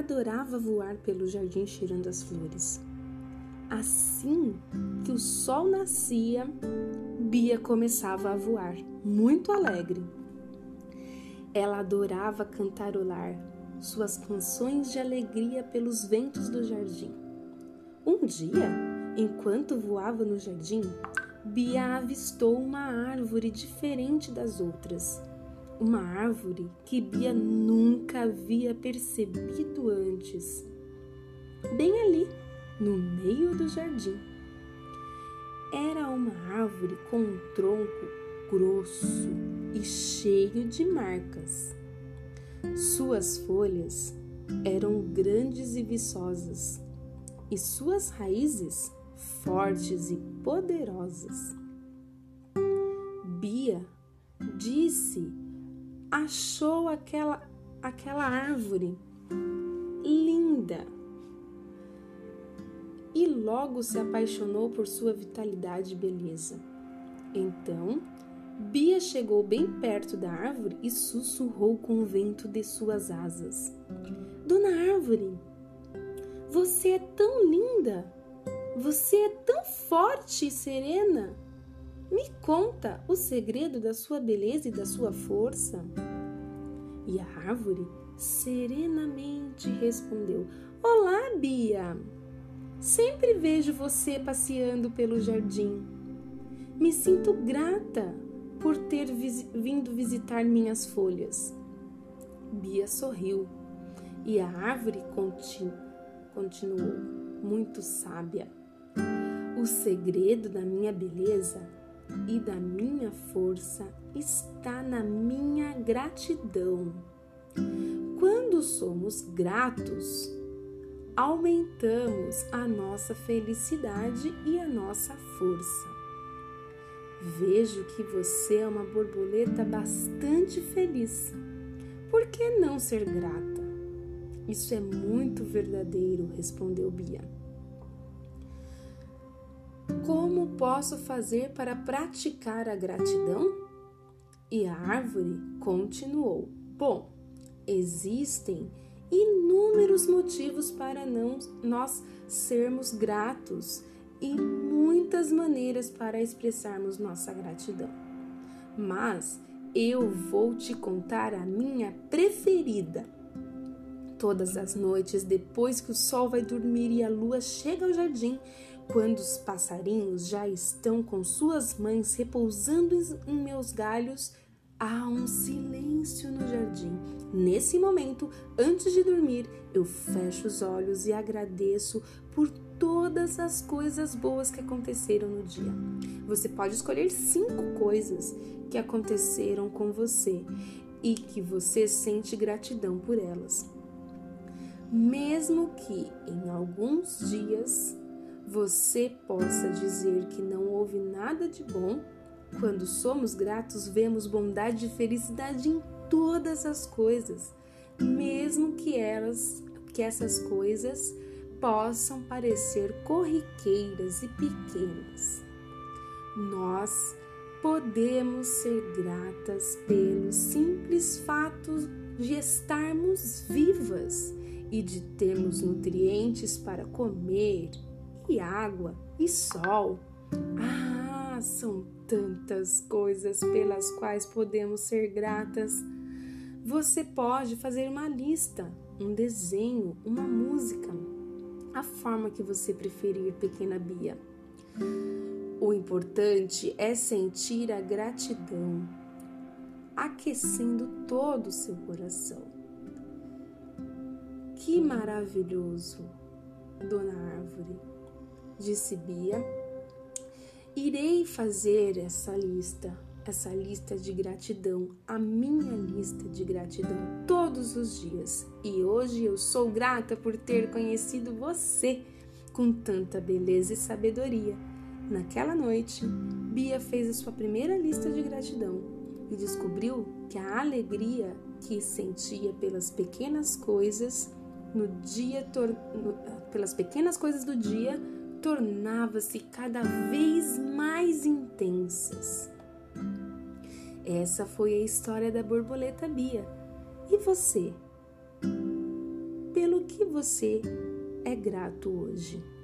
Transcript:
adorava voar pelo jardim cheirando as flores. Assim que o sol nascia, Bia começava a voar, muito alegre. Ela adorava cantarolar suas canções de alegria pelos ventos do jardim. Um dia, enquanto voava no jardim, Bia avistou uma árvore diferente das outras. Uma árvore que Bia nunca havia percebido antes. Bem ali, no meio do jardim. Era uma árvore com um tronco grosso e cheio de marcas. Suas folhas eram grandes e viçosas, e suas raízes fortes e poderosas. Bia achou aquela árvore linda e logo se apaixonou por sua vitalidade e beleza. Então, Bia chegou bem perto da árvore e sussurrou com o vento de suas asas: Dona Árvore, você é tão linda! Você é tão forte e serena! Me conta o segredo da sua beleza e da sua força. E a árvore serenamente respondeu: Olá, Bia! Sempre vejo você passeando pelo jardim. Me sinto grata por ter vindo visitar minhas folhas. Bia sorriu e a árvore continuou, muito sábia. O segredo da minha beleza e da minha força está na minha gratidão. Quando somos gratos, aumentamos a nossa felicidade e a nossa força. Vejo que você é uma borboleta bastante feliz. Por que não ser grata? Isso é muito verdadeiro, respondeu Bia. Como posso fazer para praticar a gratidão? E a árvore continuou: Bom, existem inúmeros motivos para nós sermos gratos e muitas maneiras para expressarmos nossa gratidão. Mas eu vou te contar a minha preferida. Todas as noites, depois que o sol vai dormir e a lua chega ao jardim, quando os passarinhos já estão com suas mães repousando em meus galhos, há um silêncio no jardim. Nesse momento, antes de dormir, eu fecho os olhos e agradeço por todas as coisas boas que aconteceram no dia. Você pode escolher 5 coisas que aconteceram com você e que você sente gratidão por elas. Mesmo que em alguns dias você possa dizer que não houve nada de bom, quando somos gratos, vemos bondade e felicidade em todas as coisas, mesmo que essas coisas possam parecer corriqueiras e pequenas. Nós podemos ser gratas pelo simples fato de estarmos vivas e de termos nutrientes para comer, e água, e sol. São tantas coisas pelas quais podemos ser gratas. Você pode fazer uma lista, um desenho, uma música, a forma que você preferir, pequena Bia. O importante é sentir a gratidão, aquecendo todo o seu coração. Que maravilhoso, Dona Árvore, disse Bia. Irei fazer essa lista de gratidão, a minha lista de gratidão todos os dias. E hoje eu sou grata por ter conhecido você com tanta beleza e sabedoria. Naquela noite, Bia fez a sua primeira lista de gratidão e descobriu que a alegria que sentia pelas pequenas coisas do dia tornava-se cada vez mais intensas. Essa foi a história da borboleta Bia. E você? pelo que você é grato hoje.